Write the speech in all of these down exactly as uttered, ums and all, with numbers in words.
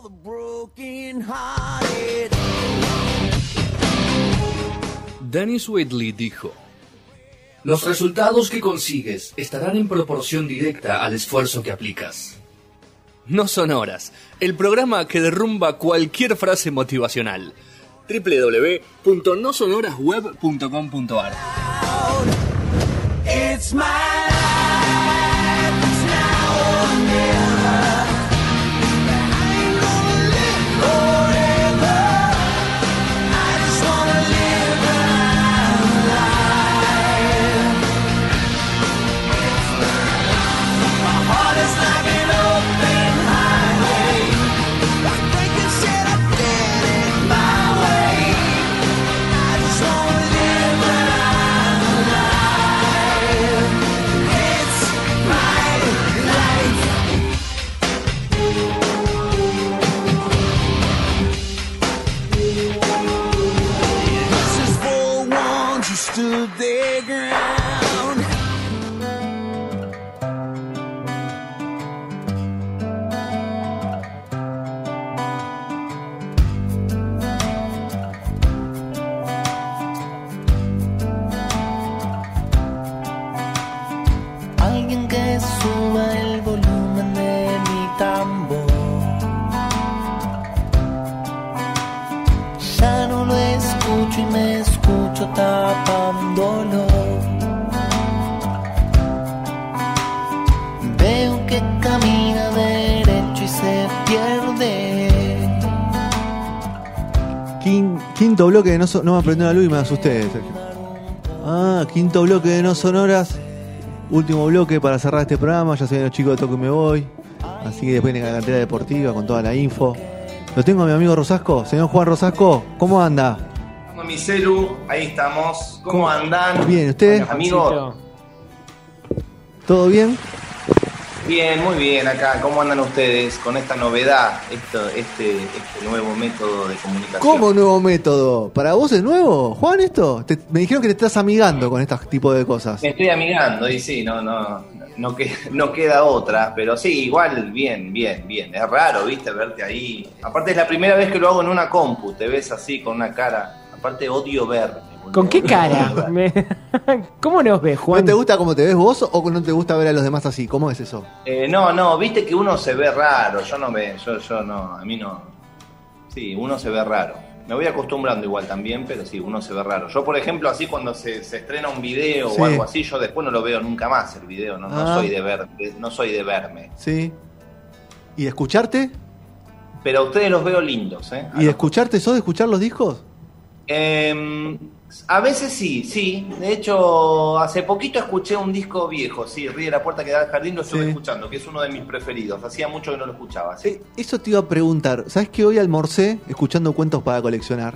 Dennis Whitley dijo: los resultados que consigues estarán en proporción directa al esfuerzo que aplicas. No Sonoras, el programa que derrumba cualquier frase motivacional. doble u doble u doble u punto no sonoras web punto com punto a r. It's my life, it's now or never. I ain't gonna live forever. I just wanna live my life. My heart is like an open highway. I'm breaking shit, I did it my way. I just wanna live my life. It's my life. This is for ones who stood their ground. Alguien que suba el volumen de mi tambor. Ya no lo escucho y me escucho tapándolo. Veo que camina derecho y se pierde. Quin- quinto bloque de no, so- no me prendió la luz y me asusté, Sergio. Ah, quinto bloque de No Sonoras. Último bloque para cerrar este programa. Ya se ven los chicos de Toco y Me Voy. Así que después viene la cantera deportiva con toda la info. Lo tengo a mi amigo Rosasco. Señor Juan Rosasco, ¿cómo anda? Tengo mi celu, ahí estamos. ¿Cómo, ¿Cómo? andan? Bien, ¿usted? Bueno, amigos, ¿Todo bien? bien, muy bien acá. ¿Cómo andan ustedes con esta novedad, esto, este, este nuevo método de comunicación? ¿Cómo nuevo método? ¿Para vos es nuevo, Juan, esto? Te- me dijeron que te estás amigando con este tipo de cosas. Me estoy amigando y sí, no, no, no, que, no queda otra, pero sí, igual, bien, bien, bien. Es raro, viste, verte ahí. Aparte es la primera vez que lo hago en una compu, te ves así con una cara. Aparte odio verme. ¿Con qué cara? Me- ¿Cómo nos ves, Juan? ¿No te gusta cómo te ves vos o no te gusta ver a los demás así? ¿Cómo es eso? Eh, no, no, viste que uno se ve raro, yo no me, yo, yo no, a mí no. Sí, uno se ve raro. Me voy acostumbrando igual también, pero sí, uno se ve raro. Yo, por ejemplo, así cuando se, se estrena un video Sí. o algo así, yo después no lo veo nunca más el video, no, no Ah. soy de ver, de- no soy de verme. Sí. ¿Y de escucharte? Pero a ustedes los veo lindos, ¿eh? ¿Y de escucharte? ¿Sos de escuchar los discos? Eh, a veces sí, sí. De hecho, hace poquito escuché un disco viejo, sí, Ríe la puerta que da al jardín, lo estuve Sí. escuchando, que es uno de mis preferidos. Hacía mucho que no lo escuchaba, sí. Eh, eso te iba a preguntar. ¿Sabes que hoy almorcé escuchando cuentos para coleccionar?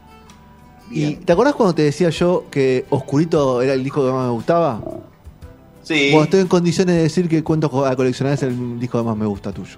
¿Y Bien. te acordás cuando te decía yo que Oscurito era el disco que más me gustaba? Sí. Bueno, estoy en condiciones de decir que Cuentos para coleccionar es el disco que más me gusta tuyo.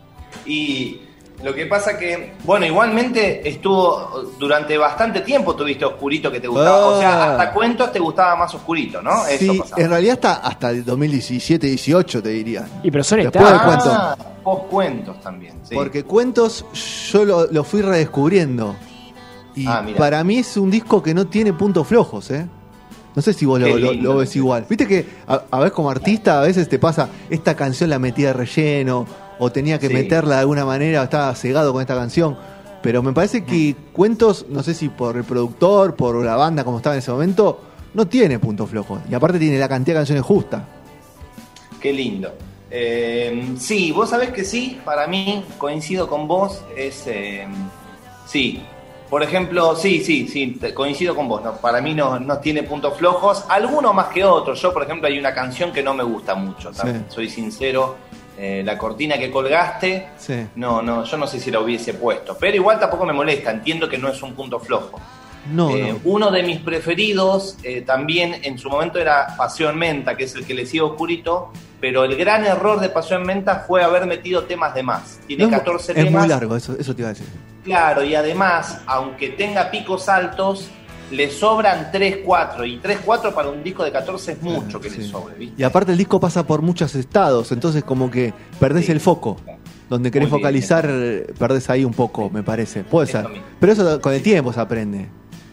Y lo que pasa que, bueno, igualmente estuvo durante bastante tiempo tuviste Oscurito que te gustaba. Ah. O sea, hasta cuentos te gustaba más Oscurito, ¿no? Sí, Eso pasaba. en realidad hasta, hasta el dos mil diecisiete dieciocho te diría. Y pero son Después etapas. de cuento. Ah, post cuentos también, sí. Porque Cuentos yo lo, lo fui redescubriendo. Y Ah, mira. para mí es un disco que no tiene puntos flojos, ¿eh? No sé si vos lo, Qué lo- lindo. lo ves igual. Viste que a, a veces como artista a veces te pasa, esta canción la metía de relleno, o tenía que Sí. meterla de alguna manera, o estaba cegado con esta canción. Pero me parece que Cuentos, no sé si por el productor, por la banda como estaba en ese momento, no tiene puntos flojos. Y aparte tiene la cantidad de canciones justa. Qué lindo. Eh, sí, vos sabés que sí, para mí, coincido con vos, es... eh, sí, por ejemplo, sí, sí, sí, te- coincido con vos, no, para mí no, no tiene puntos flojos, algunos más que otros. Yo, por ejemplo, hay una canción que no me gusta mucho, también, soy sincero, eh, la cortina que colgaste, Sí. no, no, yo no sé si la hubiese puesto, pero igual tampoco me molesta, entiendo que no es un punto flojo. No, Eh, no. Uno de mis preferidos eh, también en su momento era Pasión Menta, que es el que le sigue Oscurito, pero el gran error de Pasión Menta fue haber metido temas de más. Tiene No es mu- catorce es temas. muy largo, eso, eso te iba a decir. Claro, y además, aunque tenga picos altos, le sobran tres, cuatro, y tres, cuatro para un disco de catorce es mucho que Sí. le sobre, ¿viste? Y aparte el disco pasa por muchos estados, entonces como que perdés Sí. el foco. donde querés Muy bien, focalizar, eh, perdés ahí un poco, me parece. Puede Eso ser. mismo. Pero eso con el tiempo se aprende.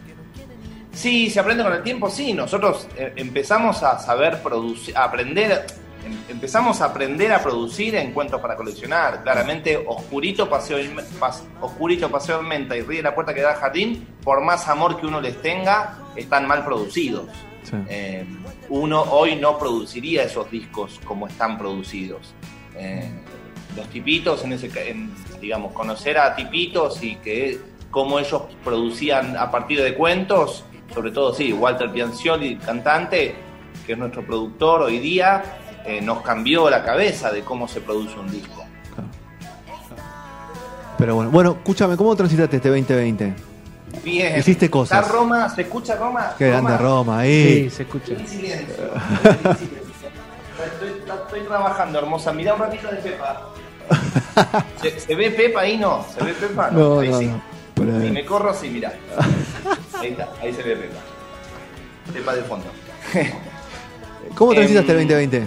Sí, se aprende con el tiempo, sí. Nosotros eh, empezamos a saber producir, a aprender, em, empezamos a aprender a producir en cuentos para coleccionar. Claramente, Oscurito, Paseo, Pas- Oscurito, Paseo en Menta y Ríe la Puerta que da al jardín, por más amor que uno les tenga, están mal producidos. Sí. Eh, uno hoy no produciría esos discos como están producidos. Eh, los tipitos, en ese, ca- en, digamos, conocer a tipitos y que cómo ellos producían a partir de cuentos, sobre todo, sí, Walter Piancioli, cantante, que es nuestro productor hoy día, eh, nos cambió la cabeza de cómo se produce un disco. Claro. Pero bueno, bueno, escúchame, ¿cómo transitaste este veinte veinte? Bien. Hiciste cosas. ¿Está Roma? ¿Se escucha Roma? Qué grande Roma, ahí. Sí, se escucha. En silencio. En silencio. Estoy, estoy trabajando, hermosa. Mirá un ratito de Pepa. ¿Se, se ve Pepa ahí? No. ¿Se ve Pepa? No, No, ahí no, sí. no. Por ahí. Si me corro, sí, mirá. Ahí está, ahí se ve Pepa. Pepa de fondo. ¿Cómo transitaste Em, el veinte veinte?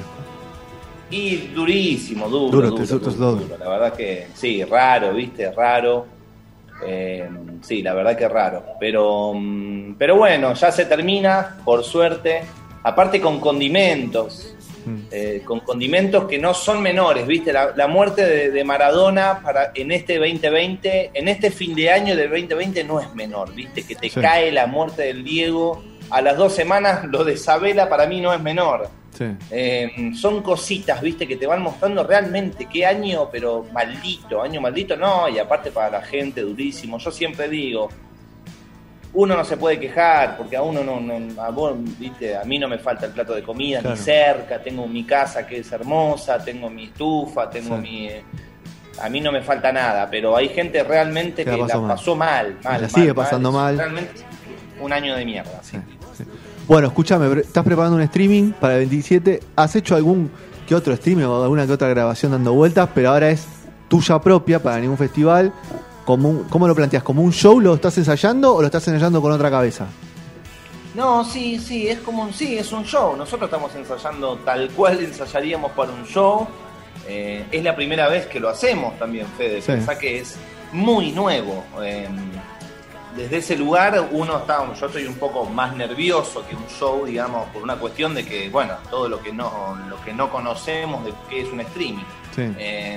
Y durísimo, duro, Duro, duro, te- duro, te- te- duro, duro. La verdad que sí, raro, viste, raro. Eh, sí, la verdad que raro. Pero, mm, pero bueno, ya se termina, por suerte. Aparte con condimentos, Mm. eh, con condimentos que no son menores, viste. La, la muerte de, de Maradona para en este veinte veinte, en este fin de año del veinte veinte no es menor, viste. Que te Sí. cae la muerte del Diego. A las dos semanas lo de Sabela para mí no es menor. Sí. Eh, son cositas, viste, que te van mostrando realmente qué año, pero maldito, año maldito, no, y aparte para la gente, durísimo. Yo siempre digo, uno no se puede quejar, porque a uno no, no a vos, viste, a mí no me falta el plato de comida, Claro. ni cerca, tengo mi casa que es hermosa, tengo mi estufa, tengo Sí. mi... eh, a mí no me falta nada, pero hay gente realmente Que que la la pasó mal. pasó mal, mal, La mal, sigue pasando mal. Realmente un año de mierda, sí. Sí, sí. Bueno, escúchame, pre- estás preparando un streaming para el veintisiete. ¿Has hecho algún que otro streaming o alguna que otra grabación dando vueltas? Pero ahora es tuya propia para ningún festival. Como un- ¿Cómo lo planteas? ¿Como un show lo estás ensayando o lo estás ensayando con otra cabeza? No, sí, sí, es como un, sí, es un show. Nosotros estamos ensayando tal cual ensayaríamos para un show. Eh, es la primera vez que lo hacemos también, Fede. Sí. Pensá que es muy nuevo. Eh, desde ese lugar uno está, yo estoy un poco más nervioso que un show, digamos, por una cuestión de que, bueno, todo lo que no, lo que no conocemos de qué es un streaming. Sí. Eh,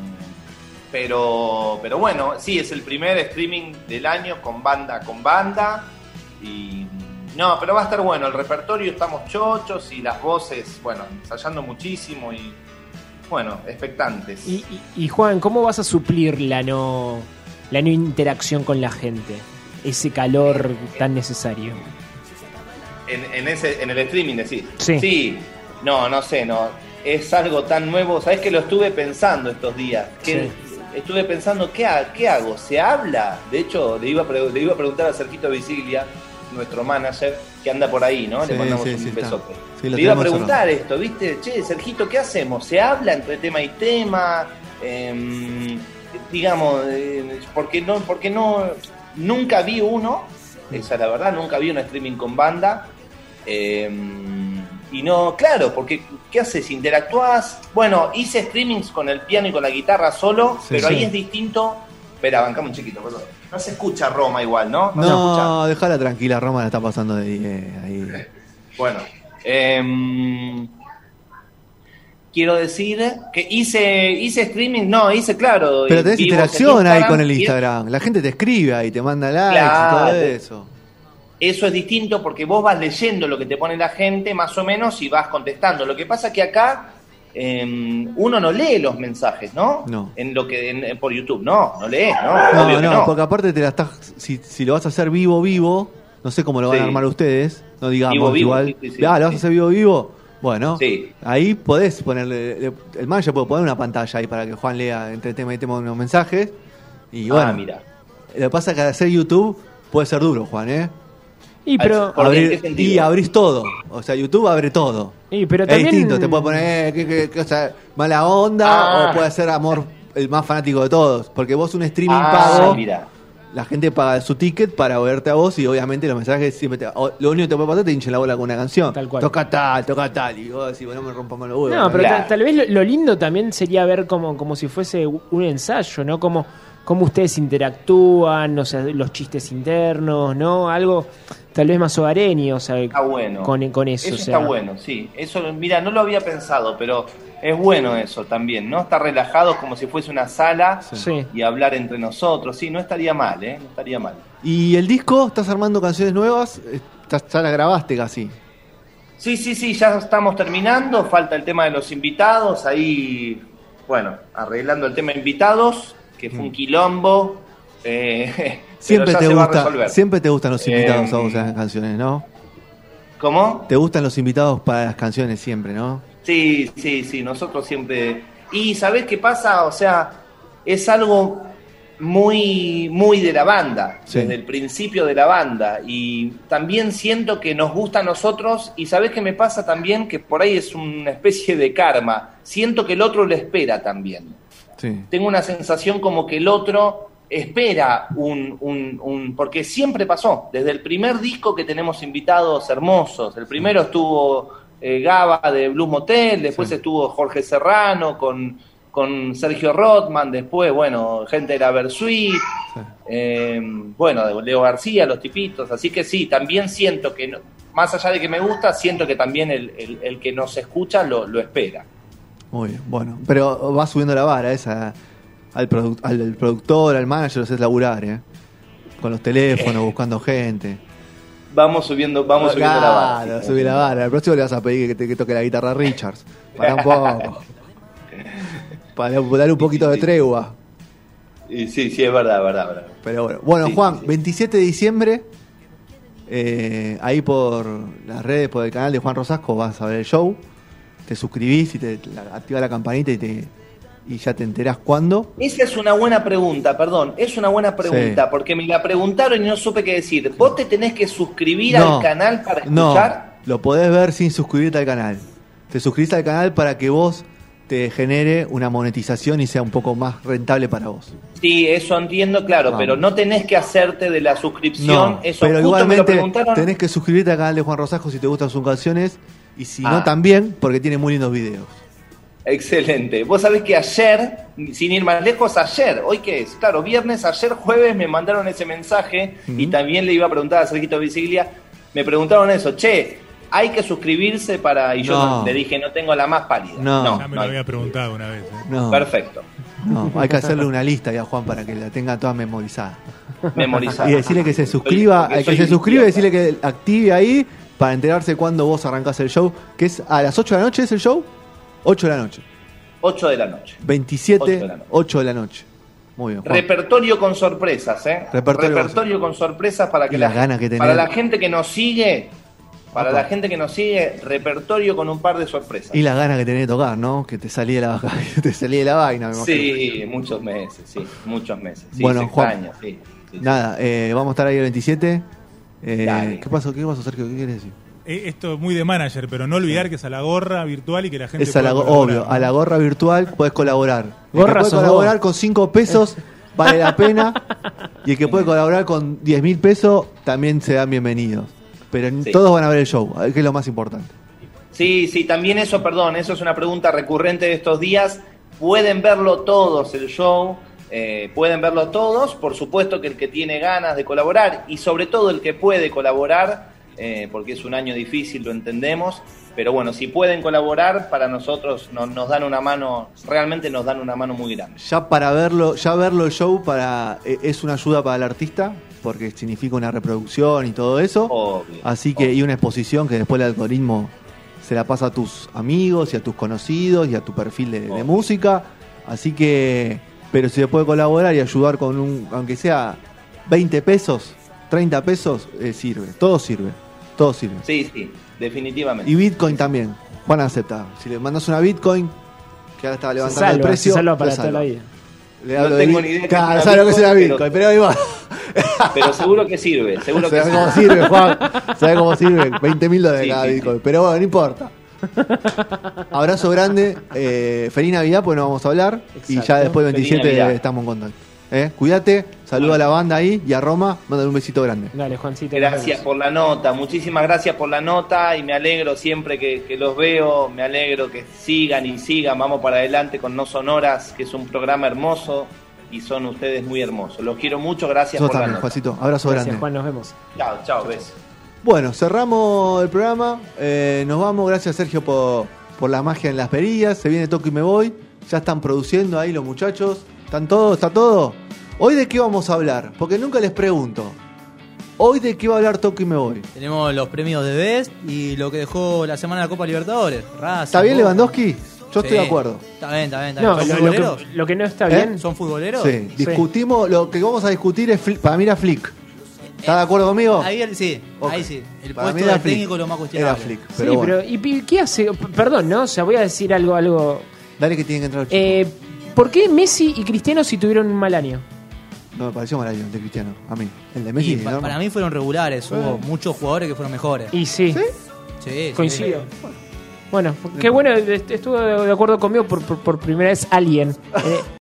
pero, pero bueno, sí, es el primer streaming del año con banda, con banda. Y no, pero va a estar bueno. El repertorio estamos chochos y las voces, bueno, ensayando muchísimo y bueno, expectantes. Y, y- y, Juan, ¿cómo vas a suplir la no, la no interacción con la gente? Ese calor tan necesario. En, en ese, en el streaming decís. Sí. Sí, no, no sé, no. Es algo tan nuevo. Sabés que lo estuve pensando estos días. Que Sí. Estuve pensando, ¿qué, ha- ¿qué hago? ¿Se habla? De hecho, le iba, a pre- le iba a preguntar a Sergito Visiglia, nuestro manager, que anda por ahí, ¿no? Sí, Le mandamos sí, un sí, está. besote. Sí, lo le iba a tenemos preguntar esto, ¿viste? Che, Sergito, ¿qué hacemos? ¿Se habla entre tema y tema? Em, digamos, eh, porque no, porque no, nunca vi uno, esa es la verdad, nunca vi un streaming con banda. Em, y no, claro, porque ¿qué haces? ¿Interactuás? Bueno, hice streamings con el piano y con la guitarra solo, Sí, pero sí. ahí es distinto. Espera, bancame un chiquito, perdón. No se escucha Roma igual, ¿no? No, se escucha. No, dejala tranquila, Roma la está pasando de diez ahí. Bueno, em, quiero decir que hice hice streaming, no, hice claro. Pero tenés vivos interacción en ahí con el y Instagram. La gente te escribe ahí, te manda likes Claro. y todo eso. Eso es distinto porque vos vas leyendo lo que te pone la gente más o menos y vas contestando. Lo que pasa que acá em, uno no lee los mensajes, ¿no? No. En lo que en- por YouTube, no, no lees, ¿no? No, Obvio que no, porque aparte te la estás. Si, si lo vas a hacer vivo, vivo, no sé cómo lo van Sí. a armar ustedes, no digamos Vivo, vivo, igual. sí, sí, sí. ah, lo vas a Sí. hacer vivo, vivo. Bueno, Sí. ahí podés ponerle. le- El manager puede poner una pantalla ahí para que Juan lea entre tema y tema unos mensajes. Y bueno, Ah, mira. lo que pasa es que hacer YouTube puede ser duro, Juan, ¿eh? Y pero, ¿Por qué? ¿En qué Abrir- sentido? y abrís todo. O sea, YouTube abre todo. y pero Es también distinto, te puede poner eh, que, que- que, o sea, mala onda Ah. o puede ser amor el más fanático de todos. Porque vos un streaming Ah, pago, mira. la gente paga su ticket para verte a vos y obviamente los mensajes siempre te, o- lo único que te puede pasar es te hinchen la bola con una canción. Tal cual. Toca tal, toca tal. Y vos decís, bueno, no me rompamos los huevos. No, pero Claro. ta- tal vez lo, lo lindo también sería ver como, como si fuese un ensayo, ¿no? Como cómo ustedes interactúan, no sé, los chistes internos, ¿no? Algo tal vez más hogareño, o sea, Está bueno. con, con eso. Eso o sea. está bueno, sí. Eso, mira, no lo había pensado, pero es bueno eso también, ¿no? Estar relajados como si fuese una sala Sí. y hablar entre nosotros. Sí, no estaría mal, ¿eh? No estaría mal. Y el disco, ¿estás armando canciones nuevas? Estás- Ya la grabaste casi. Sí, sí, sí, ya estamos terminando. Falta el tema de los invitados. Ahí, bueno, arreglando el tema de invitados, que fue un quilombo. Eh, pero Siempre ya te se va a gusta, resolver. siempre te gustan los invitados Eh, a vos en las canciones, ¿no? ¿Cómo? Te gustan los invitados para las canciones siempre, ¿no? Sí, sí, sí, nosotros siempre... Y ¿sabés qué pasa? O sea, es algo muy, muy de la banda, Sí. desde el principio de la banda. Y también siento que nos gusta a nosotros. Y ¿sabés qué me pasa también? Que por ahí es una especie de karma. Siento que el otro lo espera también. Sí. Tengo una sensación como que el otro espera un, un, un... Porque siempre pasó, desde el primer disco que tenemos invitados hermosos. El primero estuvo eh, Gaba de Blues Motel, después Sí. estuvo Jorge Serrano con, con Sergio Rothman, después, bueno, gente de la Versuit, Sí. eh, bueno, de Leo García, Los Tipitos. Así que sí, también siento que, no- más allá de que me gusta, siento que también el, el, el que nos escucha lo, lo espera. Muy bien, bueno. Pero va subiendo la vara esa al, produ- al, al productor, al manager, lo haces laburar, ¿eh? Con los teléfonos, buscando gente. Vamos subiendo, vamos subiendo la vara. Claro, subí la vara. Al próximo le vas a pedir que, te, que toque la guitarra Richards. Para un poco. Para darle un poquito de tregua. Y sí, sí, es verdad, verdad, verdad. Pero bueno, bueno Sí, Juan, sí, sí. veintisiete de diciembre, eh, ahí por las redes, por el canal de Juan Rosasco, vas a ver el show. Te suscribís y te la, activa la campanita y te y ya te enterás cuándo. Esa es una buena pregunta, perdón, es una buena pregunta, Sí. porque me la preguntaron y no supe qué decir. ¿Vos te tenés que suscribir No, al canal para No, escuchar? lo podés ver sin suscribirte al canal. Te suscribís al canal para que vos te genere una monetización y sea un poco más rentable para vos. Sí, eso entiendo, claro, Vamos. pero no tenés que hacerte de la suscripción. No, eso pero justo me lo igualmente preguntaron. tenés que suscribirte al canal de Juan Rosasco si te gustan sus canciones y si no Ah. también porque tiene muy lindos videos. Excelente. Vos sabés que ayer, sin ir más lejos, ayer, ¿hoy qué es? Claro, viernes, ayer jueves me mandaron ese mensaje y Ujú. también le iba a preguntar a Sergito Visiglia, me preguntaron eso, che, hay que suscribirse para... Y yo No. le dije, no tengo la más pálida. No. no, Ya me no lo hay. había preguntado una vez. ¿eh? No, Perfecto. no, hay que hacerle una lista ya a Juan para que la tenga toda memorizada. Memorizar. Y decirle que se suscriba, Porque al que soy se un suscribe, idiota. decirle que active ahí para enterarse cuando vos arrancás el show, que es a las ocho de la noche, ¿es el show? ocho de la noche. ocho de la noche. veintisiete, ocho de la noche. ocho de la noche. Muy bien, Juan. Repertorio con sorpresas, ¿eh? Repertorio con sorpresas para que Y la, las ganas que para tenés. la gente que nos sigue, para Opa. la gente que nos sigue, repertorio con un par de sorpresas. Y las ganas que tenés de tocar, ¿no? Que te salí de la, te salí de la vaina, me imagino. Sí, muchos meses, sí, muchos meses. Sí, Bueno, se Juan, extraña, sí, sí, sí. Nada, eh, vamos a estar ahí el veintisiete. Eh, Dale. ¿Qué pasó? ¿Qué pasó, Sergio? ¿Qué quieres decir? Eh, Esto es muy de manager, pero no olvidar que es a la gorra virtual y que la gente Es a la, pueda go- colaborar, obvio, ¿no? a la gorra virtual puedes colaborar. El Gorra que puede sos colaborar vos. con cinco pesos vale la pena. Y el que puede colaborar con diez mil pesos también se dan bienvenidos. Pero Sí. todos van a ver el show, que es lo más importante. Sí, sí, también eso, perdón, eso es una pregunta recurrente de estos días. Pueden verlo todos el show, eh, pueden verlo todos, por supuesto que el que tiene ganas de colaborar y sobre todo el que puede colaborar, eh, porque es un año difícil, lo entendemos, pero bueno, si pueden colaborar, para nosotros no- nos dan una mano, realmente nos dan una mano muy grande. Ya para verlo, ya verlo el show para eh, es una ayuda para el artista, porque significa una reproducción y todo eso. Obvio. Así que, y una exposición que después el algoritmo se la pasa a tus amigos y a tus conocidos y a tu perfil de, de Obvio. música. Así que, pero si se puede colaborar y ayudar con un, aunque sea veinte pesos, treinta pesos, eh, sirve. Todo sirve. Todo sirve. Sí, sí, definitivamente. Y Bitcoin también. Juan acepta. Si le mandas una Bitcoin, que ahora estaba Se levantando el salva, precio, se salva para lo toda la salva. vida. Le No hablo de tengo Bit- ni idea qué es Claro, una sabe lo que es una Bitcoin, Bitcoin, pero- pero ahí va. Pero seguro que sirve, seguro que ¿Sabes cómo sirve. sirve, Juan? ¿Sabes cómo sirve? veinte mil dólares Sí, cada sí, Bitcoin. sí. Pero bueno, no importa. Abrazo grande. Eh, feliz Navidad, pues no vamos a hablar. Y ya Exacto. después del Feliz veintisiete Navidad. estamos en contacto. ¿eh? Cuídate, saluda a la banda ahí y a Roma, mándale un besito grande. Dale, Juancito. Gracias por la nota, muchísimas gracias por la nota y me alegro siempre que, que los veo, me alegro que sigan y sigan, vamos para adelante con No Sonoras, que es un programa hermoso y son ustedes muy hermosos. Los quiero mucho, gracias Yo por también, la nota. Juancito, abrazo Gracias, grande. Juan, nos vemos. Chao, chao, besos. Bueno, cerramos el programa, eh, nos vamos, gracias Sergio por, por la magia en las perillas, se viene Toco y Me Voy, ya están produciendo ahí los muchachos, ¿están todos? ¿Está todo? ¿Hoy de qué vamos a hablar? Porque nunca les pregunto. ¿Hoy de qué va a hablar Toco y Me Voy? Tenemos los premios de Best y lo que dejó la semana de la Copa Libertadores. Racing, ¿Está bien Boca. Lewandowski? Yo estoy Sí. de acuerdo. Está bien, está bien. Está No, bien. ¿Son lo, lo futboleros? que, lo que no está ¿Eh? bien. ¿Son futboleros? Sí, discutimos, lo que vamos a discutir es, Flick- para mí era Flick. ¿Estás de acuerdo conmigo? Ahí el- sí, Ok. ahí sí. El Para mí puesto era del Flick. técnico es lo más cuestionable. Era Flick, Sí, pero bueno. pero ¿y, y qué hace? P- Perdón, ¿no? O sea, voy a decir algo, algo. Dale que tienen que entrar los chicos. Eh, ¿Por qué Messi y Cristiano si tuvieron un mal año? No me pareció mal el de Cristiano, a mí. El de Messi, Y pa- ¿no? para mí fueron regulares. Hubo Eh. muchos jugadores que fueron mejores. Y sí, ¿Sí? Sí, sí. coincido. Bueno, qué bueno, est- estuvo de acuerdo conmigo por, por, por primera vez alguien. Eh,